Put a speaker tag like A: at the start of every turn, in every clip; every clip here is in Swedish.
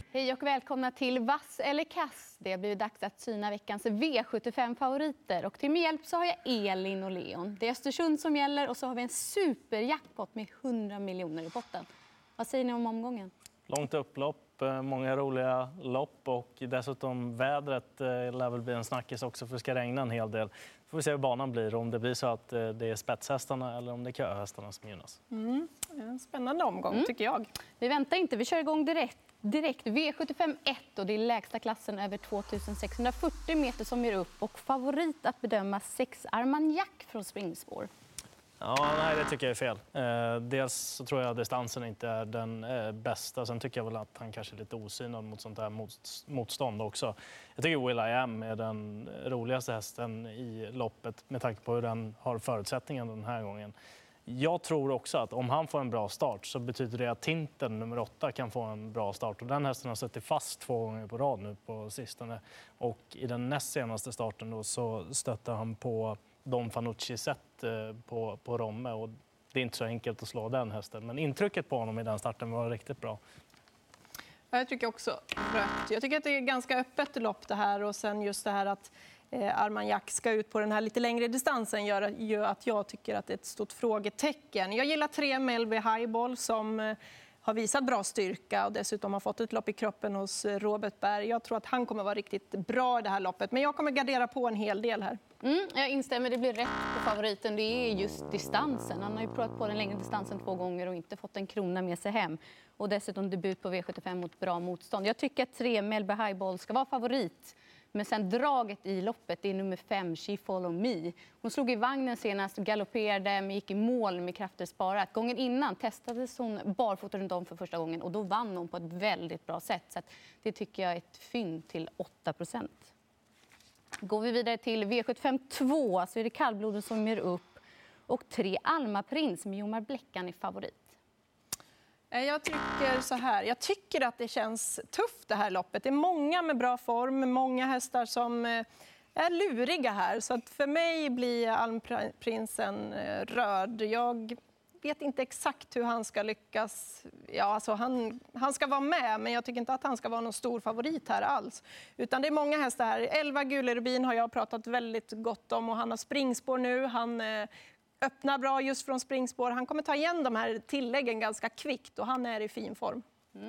A: Hej och välkomna till Vass eller kass. Det har blivit dags att syna veckans V75-favoriter. Och till min hjälp så har jag Elin och Leon. Det är Östersund som gäller och så har vi en superjackpot med 100 miljoner i potten. Vad säger ni om omgången?
B: Långt upplopp, många roliga lopp och dessutom vädret lär väl bli en snackis också för det ska regna en hel del. Får vi se hur banan blir, om det blir så att det är spetshästarna eller om det är köhästarna som gynnas.
C: En spännande omgång tycker jag.
A: Vi väntar inte, vi kör igång direkt. V75 1 och det är lägsta klassen över 2640 meter som ger upp. Och favorit att bedöma 6 Armagnac från springspår.
B: Ja, nej, det tycker jag är fel. Dels så tror jag att distansen inte är den bästa. Sen tycker jag väl att han kanske är lite osynad mot sånt här motstånd också. Jag tycker Will I Am är den roligaste hästen i loppet med tanke på hur den har förutsättningen den här gången. Jag tror också att om han får en bra start så betyder det att Tinten nummer 8 kan få en bra start. Och den hästen har suttit fast 2 gånger på rad nu på sistone. Och i den näst senaste starten då så stöttar han på Don Fanucci sätt på Romme. Och det är inte så enkelt att slå den hästen. Men intrycket på honom i den starten var riktigt bra.
C: Jag tycker också rött. Jag tycker att det är ganska öppet lopp det här. Och sen just det här att Armagnac ska ut på den här lite längre distansen gör att jag tycker att det är ett stort frågetecken. Jag gillar 3 Melby Highball som har visat bra styrka och dessutom har fått ett lopp i kroppen hos Robert Berg. Jag tror att han kommer vara riktigt bra i det här loppet, men jag kommer gardera på en hel del här.
A: Jag instämmer, det blir rätt på favoriten. Det är just distansen. Han har ju provat på den längre distansen 2 gånger och inte fått en krona med sig hem. Och dessutom debut på V75 mot bra motstånd. Jag tycker att 3 Melby Highball ska vara favorit. Men sen draget i loppet är nummer 5, She Follow Me. Hon slog i vagnen senast, galopperade, men gick i mål med krafter sparat. Gången innan testades hon barfota runt om för första gången och då vann hon på ett väldigt bra sätt. Så att det tycker jag är ett fynd till 8%. Går vi vidare till V75 2 så är det kallbloden som ger upp. Och 3 Alma Prins med Jomar Bleckan är favorit.
C: Jag tycker så här. Jag tycker att det känns tufft det här loppet. Det är många med bra form, många hästar som är luriga här. Så att för mig blir Almprinsen röd. Jag vet inte exakt hur han ska lyckas. Ja, alltså han ska vara med, men jag tycker inte att han ska vara någon stor favorit här alls. Utan det är många hästar här. 11 Gule Rubin har jag pratat väldigt gott om och han har springspår nu. Han öppnar bra just från springspår. Han kommer ta igen de här tilläggen ganska kvickt och han är i fin form.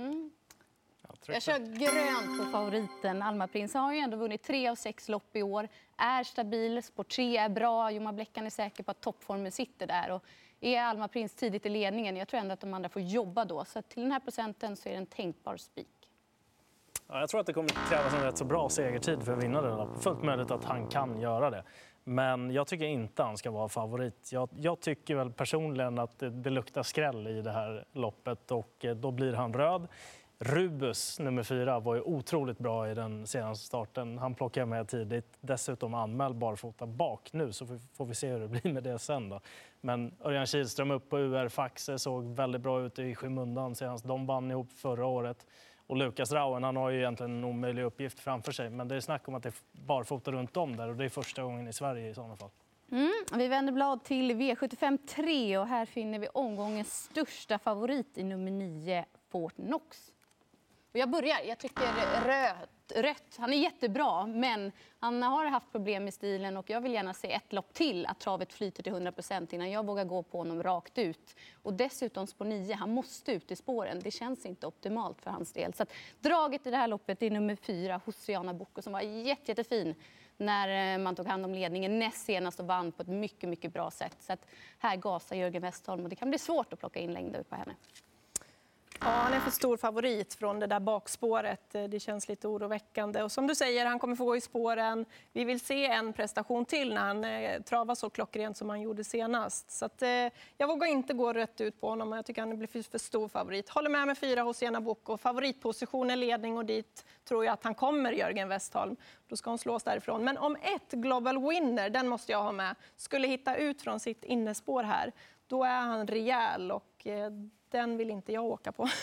A: Jag kör grönt på favoriten. Alma Prins har ju ändå vunnit 3 av 6 lopp i år. Är stabil, spår 3 är bra. Jomar Bleckan är säker på att toppformen sitter där. Och är Alma Prins tidigt i ledningen, jag tror ändå att de andra får jobba då. Så till den här procenten så är det en tänkbar spik.
B: Ja, jag tror att det kommer krävas en rätt så bra segertid för att vinna det. Fullt möjligt att han kan göra det. Men jag tycker inte han ska vara favorit. Jag tycker väl personligen att det luktar skräll i det här loppet och då blir han röd. Rubus nummer 4 var ju otroligt bra i den senaste starten. Han plockade med tidigt. Dessutom anmäld barfota bak nu så får vi se hur det blir med det sen då. Men Örjan Kihlström upp på UR Faxe såg väldigt bra ut i skymundan senast. De vann ihop förra året. Och Lukas Rauen, han har ju egentligen en omöjlig uppgift framför sig. Men det är snack om att det är barfota runt om där och det är första gången i Sverige i sådana fall.
A: Vi vänder blad till V75 3 och här finner vi omgångens största favorit i nummer 9, Fort Knox. Och jag tycker rött. Han är jättebra, men han har haft problem med stilen och jag vill gärna se ett lopp till att travet flyter till 100% innan jag vågar gå på honom rakt ut. Och dessutom spår 9, han måste ut i spåren. Det känns inte optimalt för hans del. Så att draget i det här loppet är nummer 4, Hosiana Boko, som var jättefin när man tog hand om ledningen näst senast och vann på ett mycket, mycket bra sätt. Så att här gasar Jörgen Westholm och det kan bli svårt att plocka in längder på henne.
C: Ja, han är för stor favorit från det där bakspåret. Det känns lite oroväckande. Och som du säger, han kommer få gå i spåren. Vi vill se en prestation till när han travar så klockrent som han gjorde senast. Så att, jag vågar inte gå rätt ut på honom. Jag tycker han blir för stor favorit. Håller med 4 Hosiana Boko. Favoritposition är ledning och dit tror jag att han kommer, Jörgen Westholm. Då ska hon slås därifrån. Men om ett Global Winner, den måste jag ha med, skulle hitta ut från sitt innespår här, då är han rejäl och den vill inte jag åka på.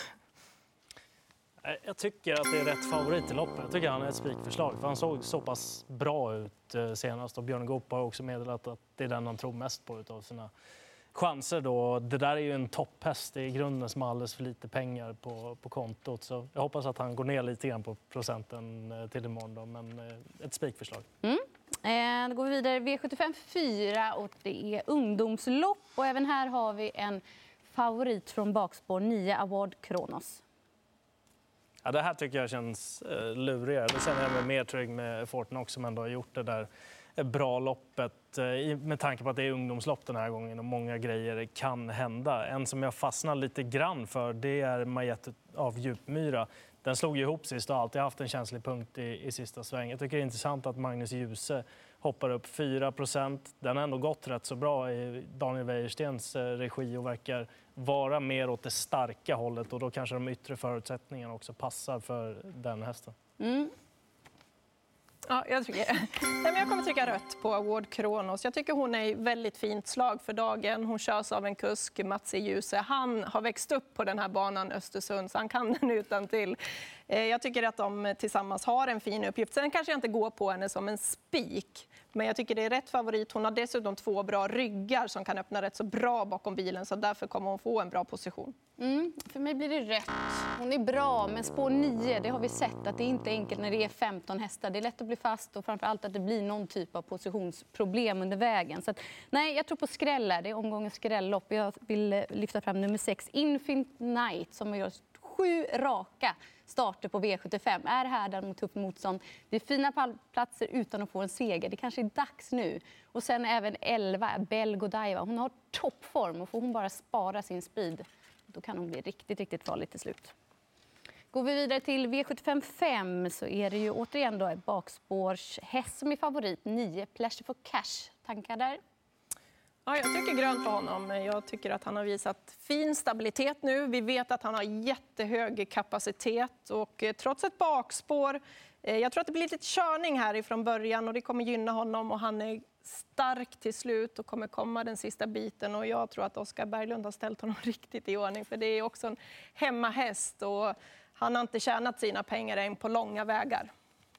B: Jag tycker att det är rätt favorit i loppet. Jag tycker han är ett spikförslag. För han såg så pass bra ut senast. Och Björn Goop har också meddelat att det är den han tror mest på utav sina chanser då. Det där är ju en topphäst i grunden som har alldeles för lite pengar på kontot. Så jag hoppas att han går ner lite grann på procenten till imorgon då, men ett spikförslag.
A: Då går vi vidare. V75 4 och det är ungdomslopp. Och även här har vi en favorit från bakspår, 9 Award Kronos.
B: Ja, det här tycker jag känns lurigare. Det känner jag mig mer trygg med Fortnox som ändå har gjort det där bra loppet. Med tanke på att det är ungdomslopp den här gången och många grejer kan hända. En som jag fastnar lite grann för, det är Majet av Djupmyra. Den slog ju ihop sist och har alltid haft en känslig punkt i sista sväng. Jag tycker det är intressant att Magnus Djuse hoppar upp 4%. Den har ändå gått rätt så bra i Daniel Wäjerstens regi och verkar vara mer åt det starka hållet. Och då kanske de yttre förutsättningarna också passar för den hästen.
C: Ja, jag kommer trycka rött på Award Kronos. Jag tycker hon är väldigt fint slag för dagen. Hon körs av en kusk, Mats Djuse. Han har växt upp på den här banan Östersund, så han kan den utan till. Jag tycker att de tillsammans har en fin uppgift. Sen kanske jag inte går på henne som en spik. Men jag tycker det är rätt favorit. Hon har dessutom 2 bra ryggar som kan öppna rätt så bra bakom bilen. Så därför kommer hon få en bra position.
A: För mig blir det rätt. Hon är bra, men spår 9, det har vi sett att det är inte enkelt när det är 15 hästar. Det är lätt att bli fast och framförallt att det blir någon typ av positionsproblem under vägen. Så att, nej, jag tror på skräller. Det är omgångens skrällopp. Jag vill lyfta fram nummer 6, Infinite Night, som gör 7 raka starter på V75. Är här där mot tuff motstånd. Det är fina pallplatser utan att få en seger. Det kanske är dags nu. Och sen även 11, Bell Godiva. Hon har toppform och får hon bara spara sin speed, då kan hon bli riktigt, riktigt farlig till slut. Går vi vidare till V75 5 så är det ju återigen då ett bakspårshäst som är favorit, 9 Pleasure for Cash. Tankar där?
C: Ja, jag tycker grönt på honom. Jag tycker att han har visat fin stabilitet nu. Vi vet att han har jättehög kapacitet och trots ett bakspår. Jag tror att det blir lite körning här ifrån början och det kommer gynna honom och han är stark till slut och kommer komma den sista biten. Och jag tror att Oskar Berglund har ställt honom riktigt i ordning, för det är också en hemmahäst och han har inte tjänat sina pengar än på långa vägar.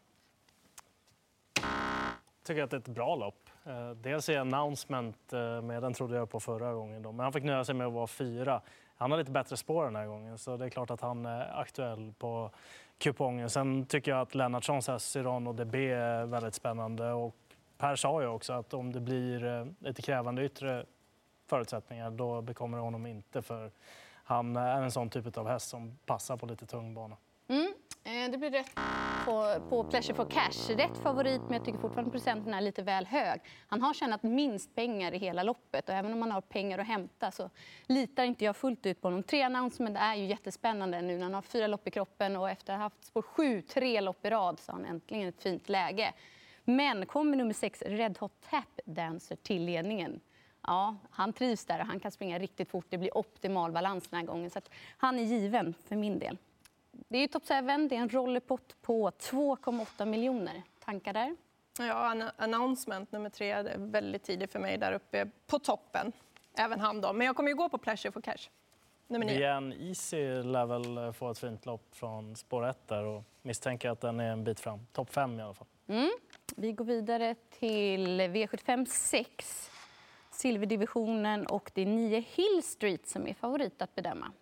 B: Jag tycker att det är ett bra lopp. Dels är announcement med, den trodde jag på förra gången då, men han fick nöja sig med att vara 4. Han har lite bättre spår den här gången, så det är klart att han är aktuell på kupongen. Sen tycker jag att Lennartssons häst Cyrano DB är väldigt spännande, och Per sa ju också att om det blir lite krävande yttre förutsättningar, då bekommer honom inte, för han är en sån typ av häst som passar på lite tung bana.
A: Det blir rätt på Pleasure for Cash. Rätt favorit, men jag tycker fortfarande procenten är lite väl hög. Han har tjänat minst pengar i hela loppet, och även om han har pengar att hämta så litar inte jag fullt ut på honom. 3 announcement är ju jättespännande nu när han har 4 lopp i kroppen, och efter att ha haft spår 7, 3 lopp i rad, så har han äntligen ett fint läge. Men kommer nummer 6, Red Hot Tap Dancer, till ledningen. Ja, han trivs där och han kan springa riktigt fort. Det blir optimal balans den här gången, så att han är given för min del. Det är ju Top 7, det är en rollerpott på 2,8 miljoner. Tankar där?
C: Ja, announcement nummer 3 är väldigt tidigt för mig där uppe på toppen. Även han då. Men jag kommer ju gå på Pleasure for Cash. Nummer 9.
B: Bien Easy level får ett fint lopp från spår 1 där, och misstänker att den är en bit fram. Topp 5 i alla fall.
A: Vi går vidare till V75 6. Silverdivisionen, och det är 9 Hill Street som är favorit att bedöma.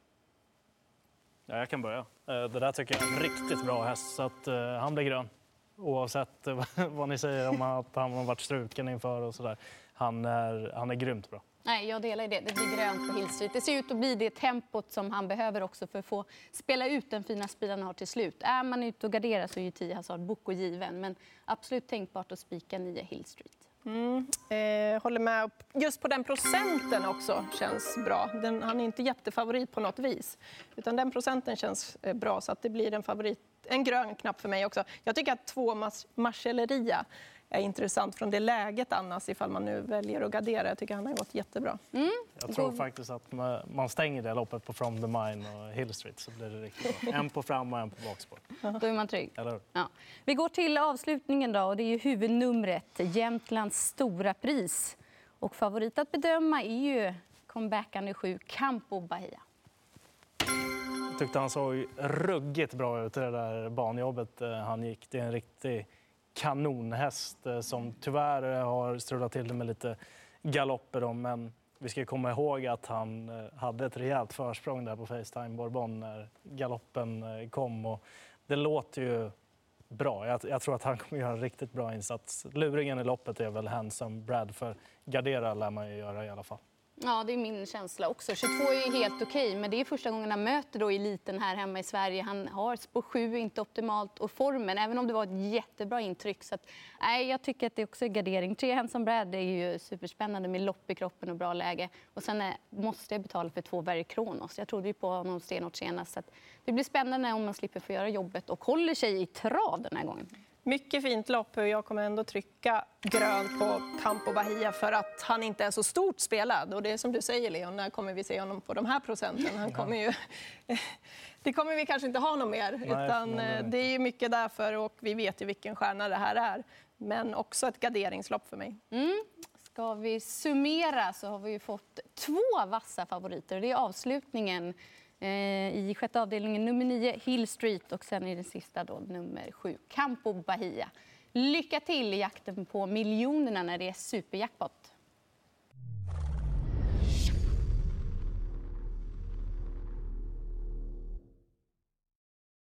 B: Ja, jag kan börja. Det där tycker jag är en riktigt bra häst, så att han blir grön. Oavsett vad ni säger om att han har varit struken inför och sådär. Han är grymt bra.
A: Nej, jag delar det. Det blir grönt på Hill Street. Det ser ut att bli det tempot som han behöver också för att få spela ut den fina speeden han har till slut. Är man ute och garderar så är ju 10 Hazard Boko given, men absolut tänkbart att spika 9 Hill Street.
C: Håller med. Just på den procenten också känns bra. Han är inte jättefavorit på något vis, utan den procenten känns bra, så att det blir en grön knapp för mig också. Jag tycker att 2 Marcelleria är intressant från det läget annars, ifall man nu väljer att gardera. Jag tycker han har gått jättebra.
B: Jag tror faktiskt att man stänger det loppet på From the Mine och Hill Street, så blir det riktigt bra. En på fram och en på bakspår.
A: Då är man trygg.
B: Eller?
A: Ja. Vi går till avslutningen då, och det är ju huvudnumret, Jämtlands stora pris. Och favorit att bedöma är ju comebackande 7 Campo Bahia.
B: Jag tyckte han såg ruggigt bra ut i det där banjobbet han gick. Det är en riktig kanonhäst som tyvärr har strulat till det med lite galopper. Men Vi ska komma ihåg att han hade ett rejält försprång där på Facetime Bourbon när galoppen kom. Och det låter ju bra. Jag tror att han kommer göra en riktigt bra insats. Luringen i loppet är väl Handsome Brad, för gardera lär man ju göra i alla fall.
A: Ja, det är min känsla också. 22 är helt okej, men det är första gången han möter då eliten här hemma i Sverige. Han har spår 7 inte optimalt och formen, även om det var ett jättebra intryck. Så att, jag tycker att det också är gardering. 3 Handsome Brad är ju superspännande med lopp i kroppen och bra läge. Och sen måste jag betala för 2 Very Kronos. Jag trodde ju på honom stenhårt senast. Så att det blir spännande om man slipper få göra jobbet och håller sig i trav den här gången.
C: Mycket fint lopp. Jag kommer ändå trycka grönt på Campo Bahia för att han inte är så stort spelad. Och det är som du säger, Leon, när kommer vi se honom på de här procenten? Han kommer ju... Det kommer vi kanske inte ha något mer. Utan det är ju mycket därför, och vi vet ju vilken stjärna det här är. Men också ett garderingslopp för mig.
A: Ska vi summera så har vi ju fått 2 vassa favoriter. Det är avslutningen i sjätte avdelningen nummer 9 Hill Street och sen i den sista då nummer 7 Campo Bahia. Lycka till i jakten på miljonerna när det är superjackpot.